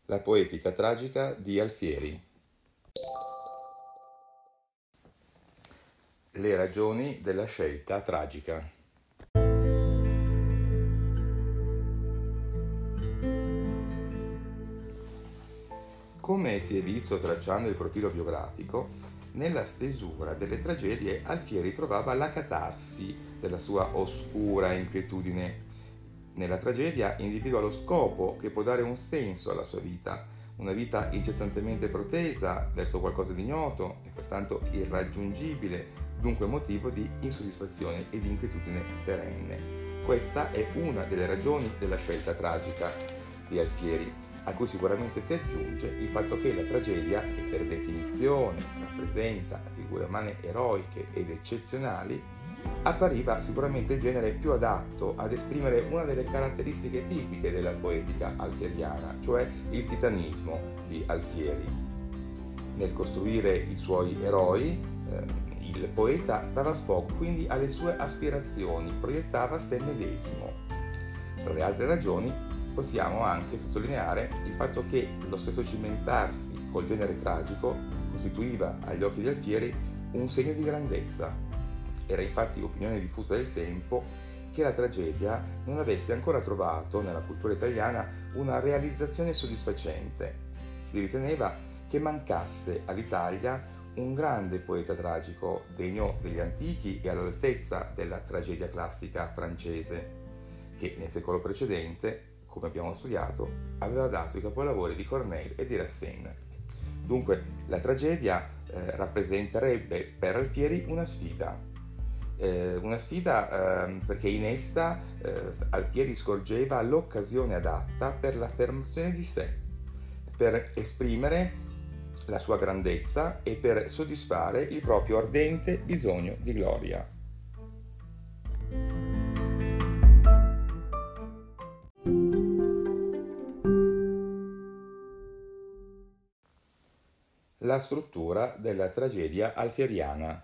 La poetica tragica di Alfieri. Le ragioni della scelta tragica. Come si è visto tracciando il profilo biografico, nella stesura delle tragedie Alfieri trovava la catarsi della sua oscura inquietudine. Nella tragedia individua lo scopo che può dare un senso alla sua vita, una vita incessantemente protesa verso qualcosa di ignoto e pertanto irraggiungibile, dunque motivo di insoddisfazione e di inquietudine perenne. Questa è una delle ragioni della scelta tragica di Alfieri, a cui sicuramente si aggiunge il fatto che la tragedia, che per definizione rappresenta figure umane eroiche ed eccezionali, appariva sicuramente il genere più adatto ad esprimere una delle caratteristiche tipiche della poetica alfieriana, cioè il titanismo di Alfieri. Nel costruire i suoi eroi, il poeta dava sfogo quindi alle sue aspirazioni, proiettava sé medesimo. Tra le altre ragioni possiamo anche sottolineare il fatto che lo stesso cimentarsi col genere tragico costituiva agli occhi di Alfieri un segno di grandezza. Era infatti opinione diffusa del tempo che la tragedia non avesse ancora trovato nella cultura italiana una realizzazione soddisfacente. Si riteneva che mancasse all'Italia un grande poeta tragico degno degli antichi e all'altezza della tragedia classica francese, che nel secolo precedente, come abbiamo studiato, aveva dato i capolavori di Corneille e di Racine. Dunque la tragedia rappresenterebbe per Alfieri una sfida perché in essa Alfieri scorgeva l'occasione adatta per l'affermazione di sé, per esprimere la sua grandezza e per soddisfare il proprio ardente bisogno di gloria. La struttura della tragedia alfieriana.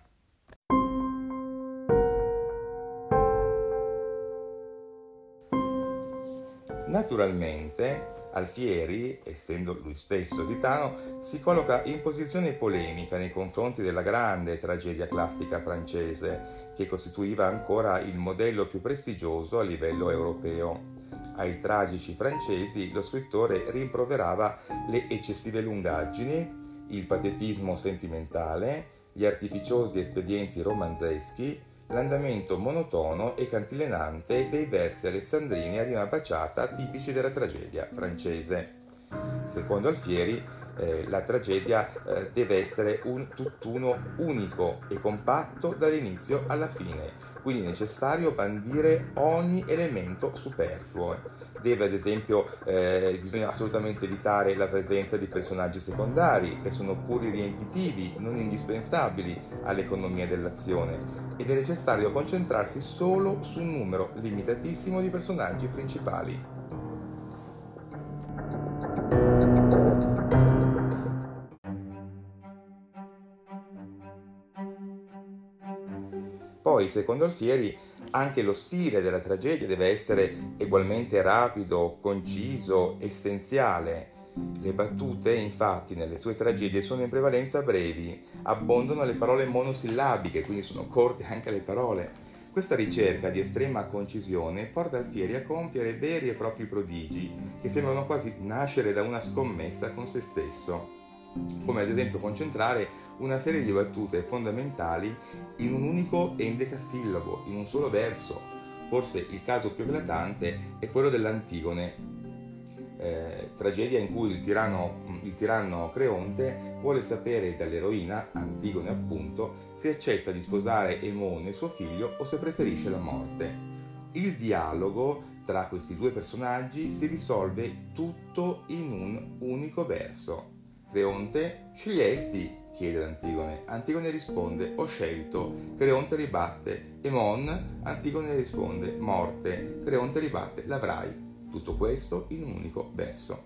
Naturalmente, Alfieri, essendo lui stesso titano, si colloca in posizione polemica nei confronti della grande tragedia classica francese, che costituiva ancora il modello più prestigioso a livello europeo. Ai tragici francesi lo scrittore rimproverava le eccessive lungaggini, il patetismo sentimentale, gli artificiosi espedienti romanzeschi, l'andamento monotono e cantilenante dei versi alessandrini a rima baciata tipici della tragedia francese. Secondo Alfieri, la tragedia deve essere un tutt'uno unico e compatto dall'inizio alla fine, quindi è necessario bandire ogni elemento superfluo. Deve, ad esempio, bisogna assolutamente evitare la presenza di personaggi secondari, che sono puri riempitivi, non indispensabili all'economia dell'azione, ed è necessario concentrarsi solo su un numero limitatissimo di personaggi principali. Poi, secondo Alfieri, anche lo stile della tragedia deve essere ugualmente rapido, conciso, essenziale. Le battute, infatti, nelle sue tragedie sono in prevalenza brevi, abbondano le parole monosillabiche, quindi sono corte anche le parole. Questa ricerca di estrema concisione porta Alfieri a compiere veri e propri prodigi, che sembrano quasi nascere da una scommessa con se stesso, come ad esempio concentrare una serie di battute fondamentali in un unico endecasillabo, in un solo verso. Forse il caso più eclatante è quello dell'Antigone, tragedia in cui il tiranno Creonte vuole sapere dall'eroina, Antigone appunto, se accetta di sposare Emone, suo figlio, o se preferisce la morte. Il dialogo tra questi due personaggi si risolve tutto in un unico verso. Creonte: scegliesti? Chiede l'Antigone. Antigone risponde: ho scelto. Creonte ribatte: Emon? Antigone risponde: morte. Creonte ribatte: l'avrai. Tutto questo in un unico verso.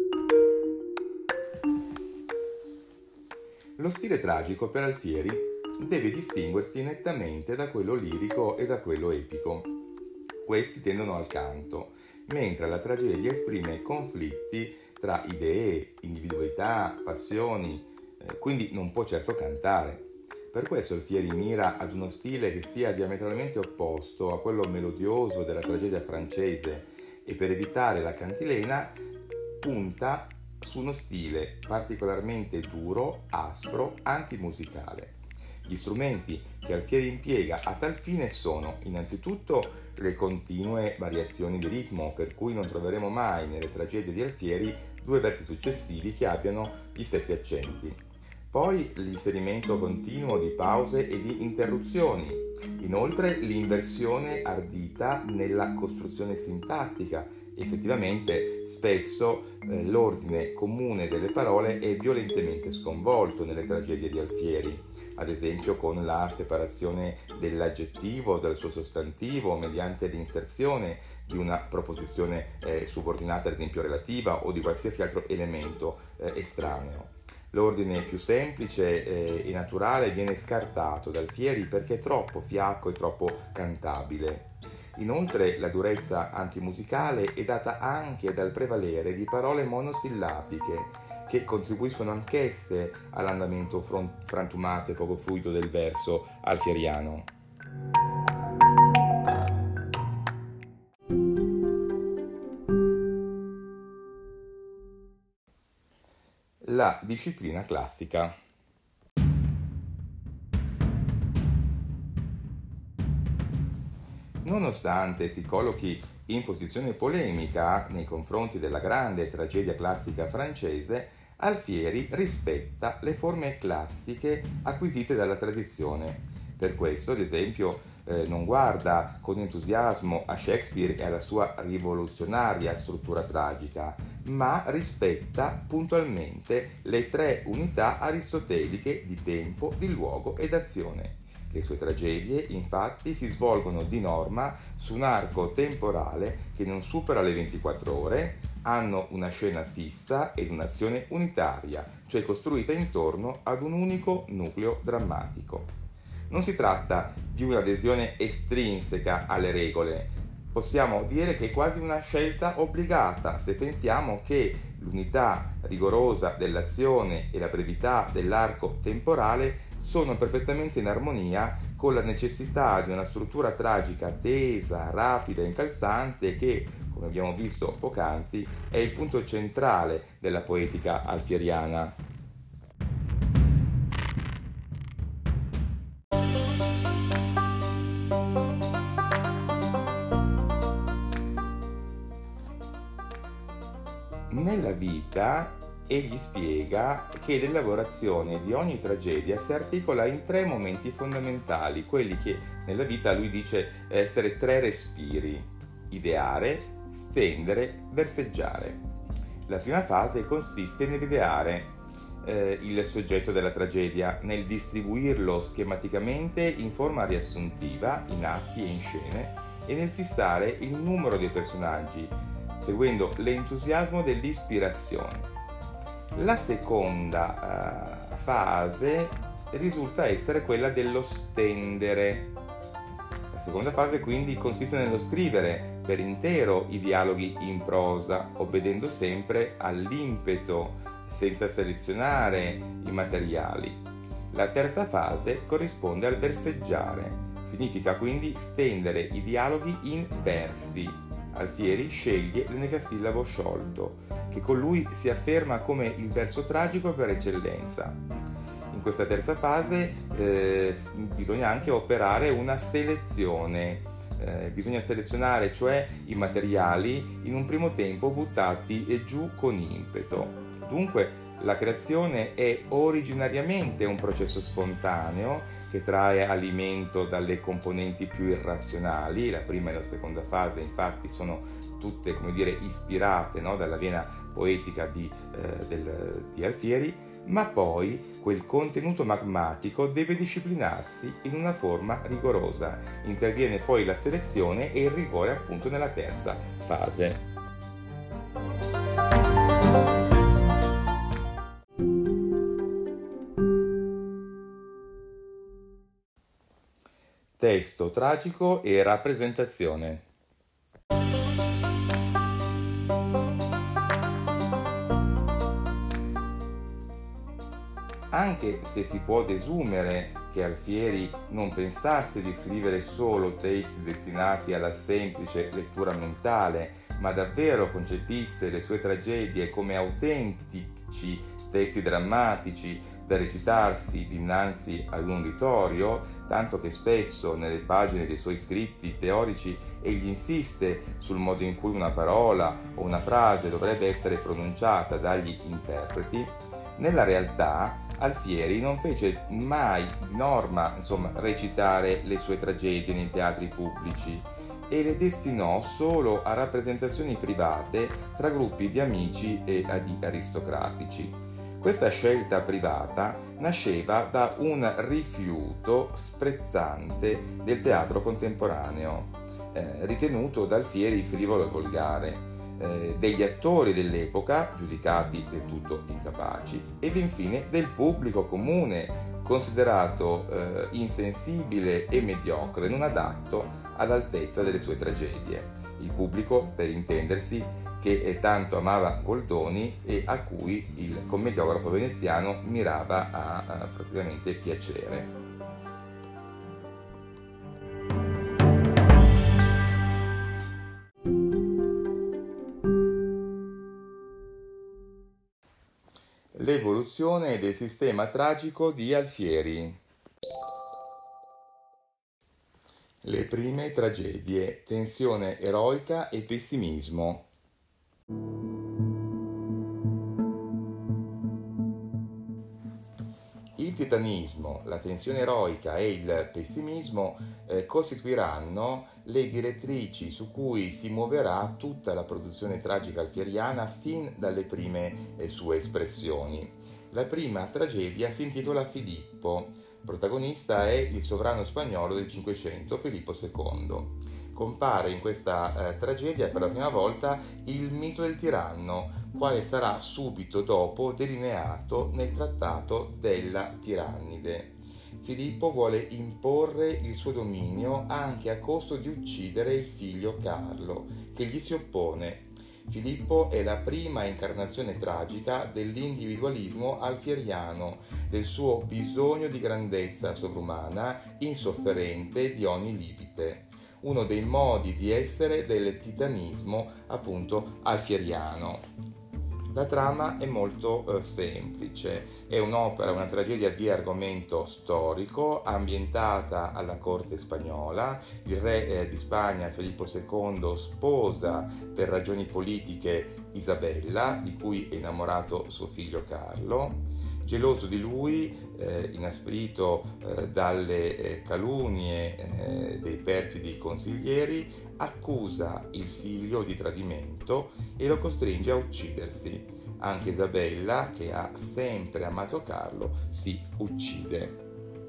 Lo stile tragico per Alfieri deve distinguersi nettamente da quello lirico e da quello epico. Questi tendono al canto, mentre la tragedia esprime conflitti tra idee, individualità, passioni, quindi non può certo cantare. Per questo Alfieri mira ad uno stile che sia diametralmente opposto a quello melodioso della tragedia francese e per evitare la cantilena punta su uno stile particolarmente duro, aspro, antimusicale. Gli strumenti che Alfieri impiega a tal fine sono innanzitutto le continue variazioni di ritmo, per cui non troveremo mai nelle tragedie di Alfieri due versi successivi che abbiano gli stessi accenti. Poi l'inserimento continuo di pause e di interruzioni. Inoltre l'inversione ardita nella costruzione sintattica. Effettivamente spesso l'ordine comune delle parole è violentemente sconvolto nelle tragedie di Alfieri, ad esempio con la separazione dell'aggettivo dal suo sostantivo mediante l'inserzione di una proposizione subordinata, ad esempio relativa, o di qualsiasi altro elemento estraneo. L'ordine più semplice e naturale viene scartato da Alfieri perché è troppo fiacco e troppo cantabile. Inoltre la durezza antimusicale è data anche dal prevalere di parole monosillabiche che contribuiscono anch'esse all'andamento frantumato e poco fluido del verso alfieriano. La disciplina classica. Nonostante si collochi in posizione polemica nei confronti della grande tragedia classica francese, Alfieri rispetta le forme classiche acquisite dalla tradizione. Per questo, ad esempio, non guarda con entusiasmo a Shakespeare e alla sua rivoluzionaria struttura tragica, ma rispetta puntualmente le tre unità aristoteliche di tempo, di luogo ed azione. Le sue tragedie, infatti, si svolgono di norma su un arco temporale che non supera le 24 ore, hanno una scena fissa ed un'azione unitaria, cioè costruita intorno ad un unico nucleo drammatico. Non si tratta di un'adesione estrinseca alle regole, possiamo dire che è quasi una scelta obbligata se pensiamo che l'unità rigorosa dell'azione e la brevità dell'arco temporale sono perfettamente in armonia con la necessità di una struttura tragica tesa, rapida e incalzante che, come abbiamo visto poc'anzi, è il punto centrale della poetica alfieriana. Nella vita egli spiega che l'elaborazione di ogni tragedia si articola in tre momenti fondamentali, quelli che nella vita lui dice essere tre respiri: ideare, stendere, verseggiare. La prima fase consiste nell'ideare il soggetto della tragedia, nel distribuirlo schematicamente in forma riassuntiva, in atti e in scene, e nel fissare il numero dei personaggi, seguendo l'entusiasmo dell'ispirazione. La seconda fase risulta essere quella dello stendere. La seconda fase quindi consiste nello scrivere per intero i dialoghi in prosa, obbedendo sempre all'impeto, senza selezionare i materiali. La terza fase corrisponde al verseggiare, significa quindi stendere i dialoghi in versi. Alfieri sceglie l'endecasillabo sciolto, che con lui si afferma come il verso tragico per eccellenza. In questa terza fase bisogna anche operare una selezione, bisogna selezionare cioè i materiali in un primo tempo buttati giù con impeto. Dunque la creazione è originariamente un processo spontaneo che trae alimento dalle componenti più irrazionali. La prima e la seconda fase infatti sono tutte, come dire, ispirate, no, dalla vena poetica di Alfieri, ma poi quel contenuto magmatico deve disciplinarsi in una forma rigorosa. Interviene poi la selezione e il rigore appunto nella terza fase. Testo tragico e rappresentazione. Anche se si può desumere che Alfieri non pensasse di scrivere solo testi destinati alla semplice lettura mentale, ma davvero concepisse le sue tragedie come autentici testi drammatici da recitarsi dinanzi ad un uditorio, tanto che spesso nelle pagine dei suoi scritti teorici egli insiste sul modo in cui una parola o una frase dovrebbe essere pronunciata dagli interpreti, nella realtà Alfieri non fece mai di norma, recitare le sue tragedie nei teatri pubblici e le destinò solo a rappresentazioni private tra gruppi di amici e aristocratici. Questa scelta privata nasceva da un rifiuto sprezzante del teatro contemporaneo, ritenuto da Alfieri frivolo e volgare, degli attori dell'epoca, giudicati del tutto incapaci, ed infine del pubblico comune, considerato insensibile e mediocre, non adatto all'altezza delle sue tragedie. Il pubblico, per intendersi, che tanto amava Goldoni e a cui il commediografo veneziano mirava a praticamente piacere. L'evoluzione del sistema tragico di Alfieri. Le prime tragedie, tensione eroica e pessimismo. Il titanismo, la tensione eroica e il pessimismo costituiranno le direttrici su cui si muoverà tutta la produzione tragica alfieriana fin dalle prime sue espressioni. La prima tragedia si intitola Filippo, protagonista è il sovrano spagnolo del Cinquecento, Filippo II. Compare in questa tragedia per la prima volta il mito del tiranno, quale sarà subito dopo delineato nel trattato della Tirannide. Filippo vuole imporre il suo dominio anche a costo di uccidere il figlio Carlo, che gli si oppone. Filippo è la prima incarnazione tragica dell'individualismo alfieriano, del suo bisogno di grandezza sovrumana, insofferente di ogni limite. Uno dei modi di essere del titanismo, appunto, alfieriano. La trama è molto semplice, è un'opera, una tragedia di argomento storico ambientata alla corte spagnola. Il re di Spagna, Filippo II, sposa per ragioni politiche Isabella, di cui è innamorato suo figlio Carlo. Geloso di lui, inasprito dalle calunnie dei perfidi consiglieri, accusa il figlio di tradimento e lo costringe a uccidersi. Anche Isabella, che ha sempre amato Carlo, si uccide.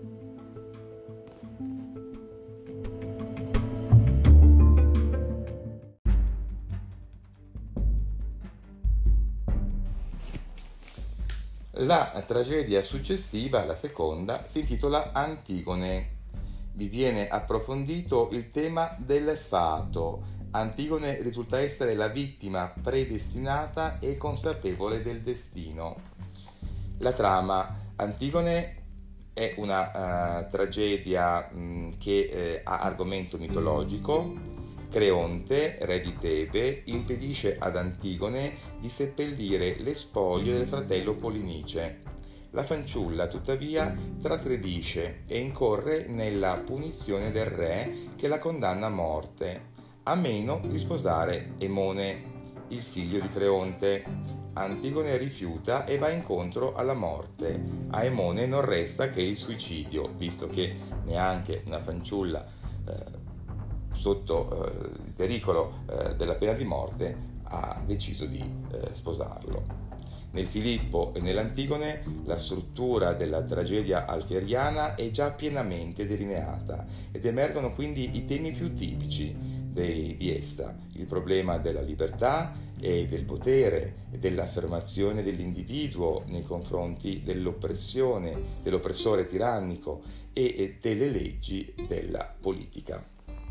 La tragedia successiva, la seconda, si intitola Antigone. Vi viene approfondito il tema del fato. Antigone risulta essere la vittima predestinata e consapevole del destino. La trama. Antigone è una tragedia che ha argomento mitologico. Creonte, re di Tebe, impedisce ad Antigone di seppellire le spoglie del fratello Polinice. La fanciulla, tuttavia, trasgredisce e incorre nella punizione del re che la condanna a morte, a meno di sposare Emone, il figlio di Creonte. Antigone rifiuta e va incontro alla morte. A Emone non resta che il suicidio, visto che neanche una fanciulla sotto il pericolo della pena di morte ha deciso di sposarlo. Nel Filippo e nell'Antigone la struttura della tragedia alfieriana è già pienamente delineata ed emergono quindi i temi più tipici di essa: il problema della libertà, e del potere e dell'affermazione dell'individuo nei confronti dell'oppressore tirannico e delle leggi della politica.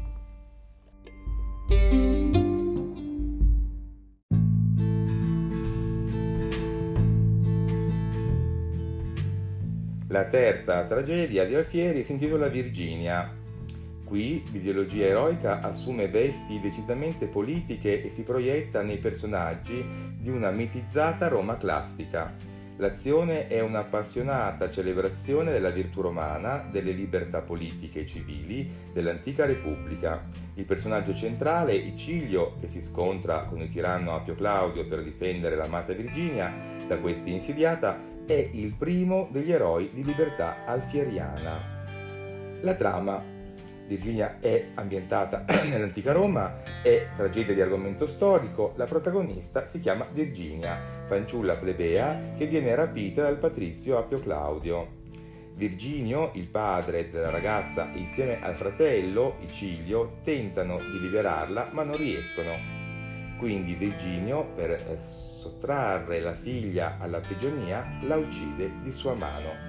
La terza tragedia di Alfieri si intitola Virginia. Qui l'ideologia eroica assume vesti decisamente politiche e si proietta nei personaggi di una mitizzata Roma classica. L'azione è un'appassionata celebrazione della virtù romana, delle libertà politiche e civili dell'antica Repubblica. Il personaggio centrale, Icilio, che si scontra con il tiranno Appio Claudio per difendere l'amata Virginia da questi insidiata, è il primo degli eroi di libertà alfieriana. La trama: Virginia è ambientata nell'antica Roma, è tragedia di argomento storico, la protagonista si chiama Virginia, fanciulla plebea che viene rapita dal patrizio Appio Claudio. Virginio, il padre della ragazza, insieme al fratello Icilio, tentano di liberarla ma non riescono. Quindi Virginio, per sottrarre la figlia alla prigionia, la uccide di sua mano.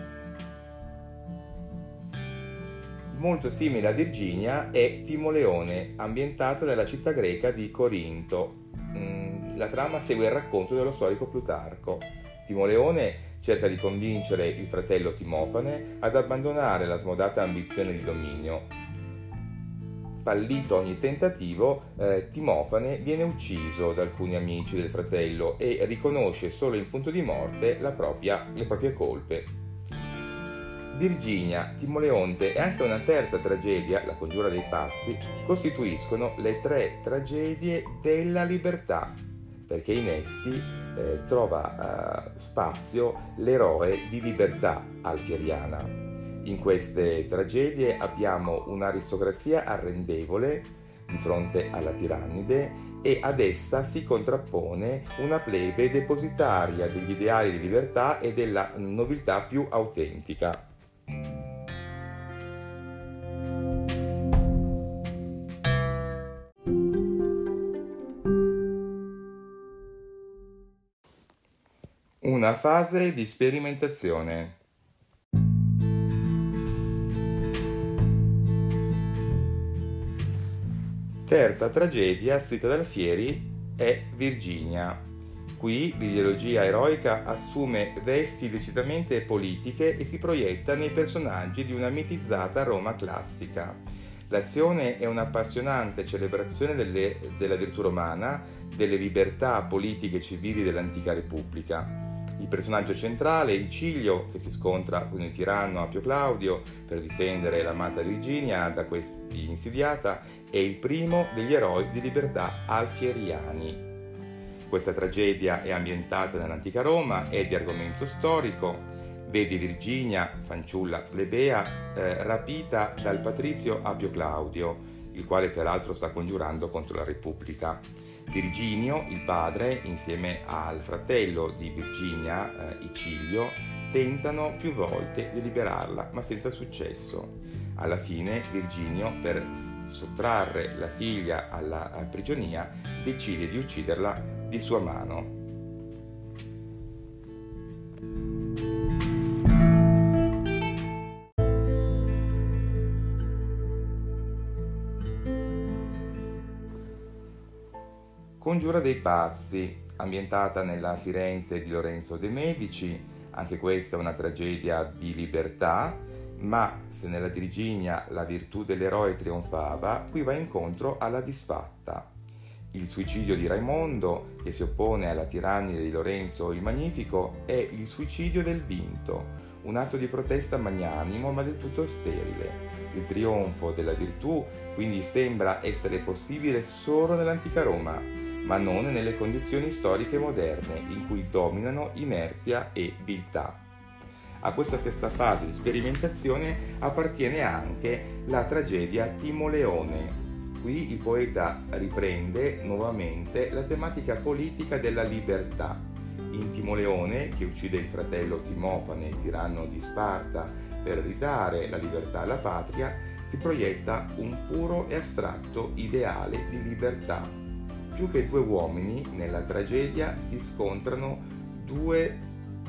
Molto simile a Virginia è Timoleone, ambientata nella città greca di Corinto. La trama segue il racconto dello storico Plutarco. Timoleone cerca di convincere il fratello Timofane ad abbandonare la smodata ambizione di dominio. Fallito ogni tentativo, Timofane viene ucciso da alcuni amici del fratello e riconosce solo in punto di morte le proprie colpe. Virginia, Timoleonte e anche una terza tragedia, La congiura dei pazzi, costituiscono le tre tragedie della libertà, perché in essi trova spazio l'eroe di libertà alfieriana. In queste tragedie abbiamo un'aristocrazia arrendevole di fronte alla tirannide e ad essa si contrappone una plebe depositaria degli ideali di libertà e della nobiltà più autentica. Una fase di sperimentazione. Terza tragedia scritta da Alfieri è Virginia. Qui l'ideologia eroica assume vesti decisamente politiche e si proietta nei personaggi di una mitizzata Roma classica. L'azione è un'appassionante celebrazione della virtù romana, delle libertà politiche e civili dell'antica Repubblica. Il personaggio centrale, Icilio, che si scontra con il tiranno Appio Claudio per difendere l'amata Virginia da questi insidiata, è il primo degli eroi di libertà alfieriani. Questa tragedia è ambientata nell'antica Roma, è di argomento storico, vede Virginia, fanciulla plebea, rapita dal patrizio Appio Claudio, il quale peraltro sta congiurando contro la Repubblica. Virginio, il padre, insieme al fratello di Virginia, Icilio, tentano più volte di liberarla, ma senza successo. Alla fine Virginio, per sottrarre la figlia alla prigionia, decide di ucciderla di sua mano. Congiura dei pazzi, ambientata nella Firenze di Lorenzo de' Medici, anche questa è una tragedia di libertà, ma se nella Virginia la virtù dell'eroe trionfava, qui va incontro alla disfatta. Il suicidio di Raimondo, che si oppone alla tirannide di Lorenzo il Magnifico, è il suicidio del vinto, un atto di protesta magnanimo ma del tutto sterile. Il trionfo della virtù quindi sembra essere possibile solo nell'antica Roma, ma non nelle condizioni storiche moderne, in cui dominano inerzia e viltà. A questa stessa fase di sperimentazione appartiene anche la tragedia Timoleone. Qui il poeta riprende nuovamente la tematica politica della libertà. In Timoleone, che uccide il fratello Timofane, tiranno di Sparta, per ridare la libertà alla patria, si proietta un puro e astratto ideale di libertà. più che due uomini, nella tragedia si scontrano due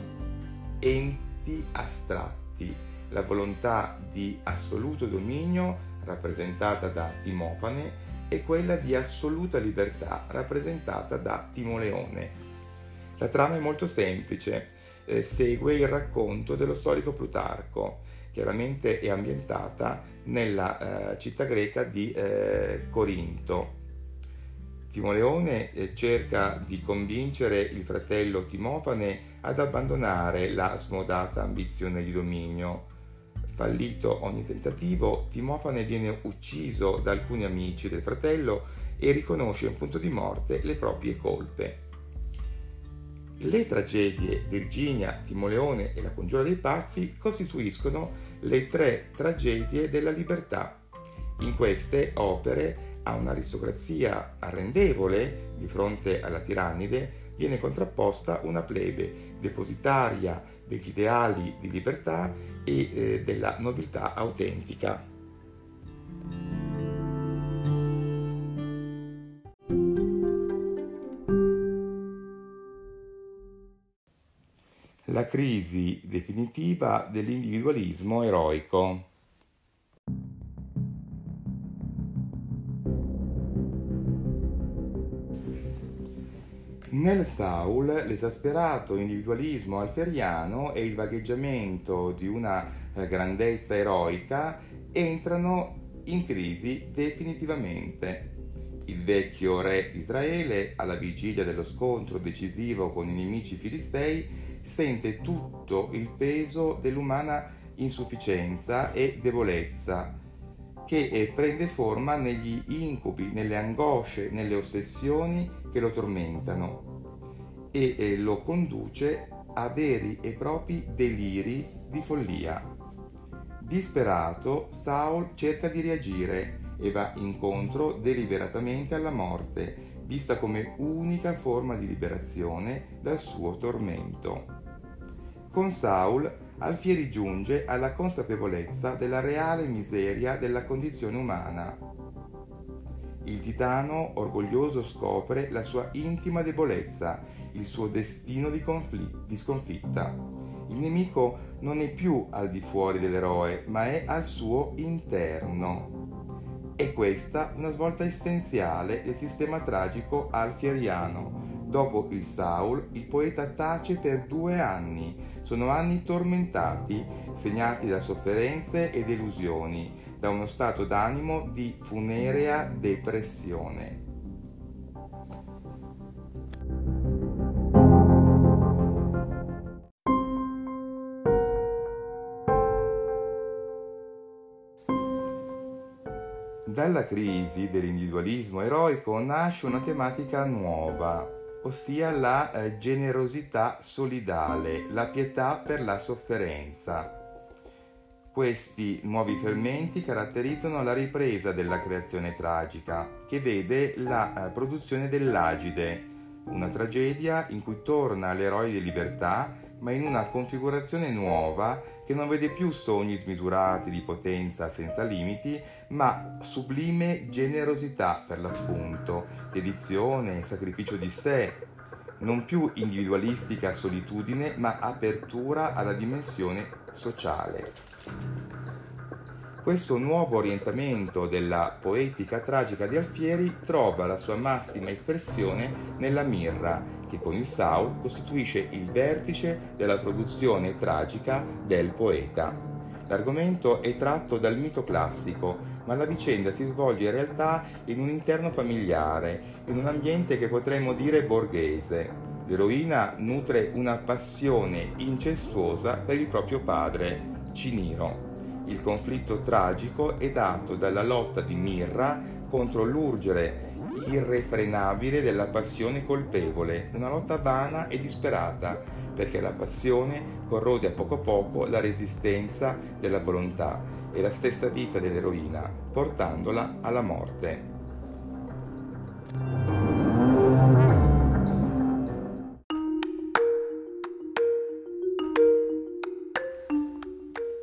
enti astratti, la volontà di assoluto dominio, rappresentata da Timofane, e quella di assoluta libertà, rappresentata da Timoleone. La trama è molto semplice, segue il racconto dello storico Plutarco, chiaramente è ambientata nella città greca di Corinto. Timoleone cerca di convincere il fratello Timofane ad abbandonare la smodata ambizione di dominio. Fallito ogni tentativo, Timofane viene ucciso da alcuni amici del fratello e riconosce in punto di morte le proprie colpe. Le tragedie Virginia, Timoleone e la congiura dei pazzi costituiscono le tre tragedie della libertà. In queste opere a un'aristocrazia arrendevole di fronte alla tirannide viene contrapposta una plebe depositaria degli ideali di libertà e della nobiltà autentica. La crisi definitiva dell'individualismo eroico. Nel Saul, l'esasperato individualismo alferiano e il vagheggiamento di una grandezza eroica entrano in crisi definitivamente. Il vecchio re di Israele, alla vigilia dello scontro decisivo con i nemici filistei, sente tutto il peso dell'umana insufficienza e debolezza, che prende forma negli incubi, nelle angosce, nelle ossessioni che lo tormentano e lo conduce a veri e propri deliri di follia. Disperato, Saul cerca di reagire e va incontro deliberatamente alla morte, vista come unica forma di liberazione dal suo tormento. Con Saul, Alfieri giunge alla consapevolezza della reale miseria della condizione umana. Il titano orgoglioso scopre la sua intima debolezza, il suo destino di sconfitta. Il nemico non è più al di fuori dell'eroe, ma è al suo interno. È questa una svolta essenziale del sistema tragico alfieriano. Dopo il Saul, il poeta tace per 2 anni. Sono anni tormentati, segnati da sofferenze e delusioni, da uno stato d'animo di funerea depressione. Dalla crisi dell'individualismo eroico nasce una tematica nuova, ossia la generosità solidale, la pietà per la sofferenza. Questi nuovi fermenti caratterizzano la ripresa della creazione tragica, che vede la produzione dell'Agide, una tragedia in cui torna l'eroe di libertà, ma in una configurazione nuova che non vede più sogni smisurati di potenza senza limiti, ma sublime generosità per l'appunto, dedizione, sacrificio di sé, non più individualistica solitudine, ma apertura alla dimensione sociale. Questo nuovo orientamento della poetica tragica di Alfieri trova la sua massima espressione nella Mirra, che con il Saul costituisce il vertice della produzione tragica del poeta. L'argomento è tratto dal mito classico, ma la vicenda si svolge in realtà in un interno familiare, in un ambiente che potremmo dire borghese. L'eroina nutre una passione incestuosa per il proprio padre, Ciniro. Il conflitto tragico è dato dalla lotta di Mirra contro l'urgere irrefrenabile della passione colpevole, una lotta vana e disperata, perché la passione corrode a poco la resistenza della volontà e la stessa vita dell'eroina, portandola alla morte.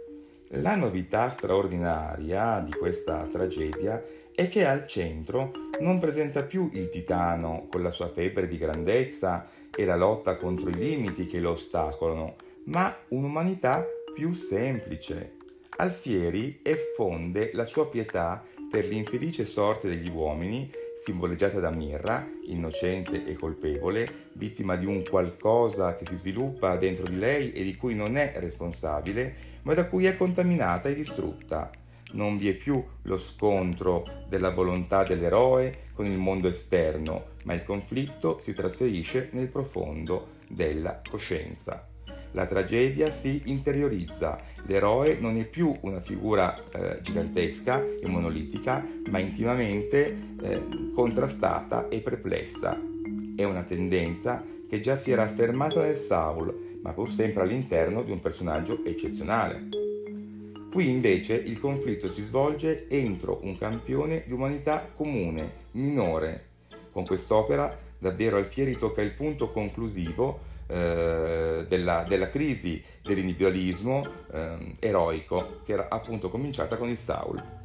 La novità straordinaria di questa tragedia è che al centro non presenta più il titano con la sua febbre di grandezza e la lotta contro i limiti che lo ostacolano, ma un'umanità più semplice. Alfieri effonde la sua pietà per l'infelice sorte degli uomini, simboleggiata da Mirra, innocente e colpevole, vittima di un qualcosa che si sviluppa dentro di lei e di cui non è responsabile, ma da cui è contaminata e distrutta. Non vi è più lo scontro della volontà dell'eroe con il mondo esterno, ma il conflitto si trasferisce nel profondo della coscienza. La tragedia si interiorizza, l'eroe non è più una figura gigantesca e monolitica, ma intimamente contrastata e perplessa. È una tendenza che già si era affermata nel Saul, ma pur sempre all'interno di un personaggio eccezionale. Qui invece il conflitto si svolge entro un campione di umanità comune, minore. Con quest'opera davvero Alfieri tocca il punto conclusivo della crisi dell'individualismo eroico che era appunto cominciata con il Saul.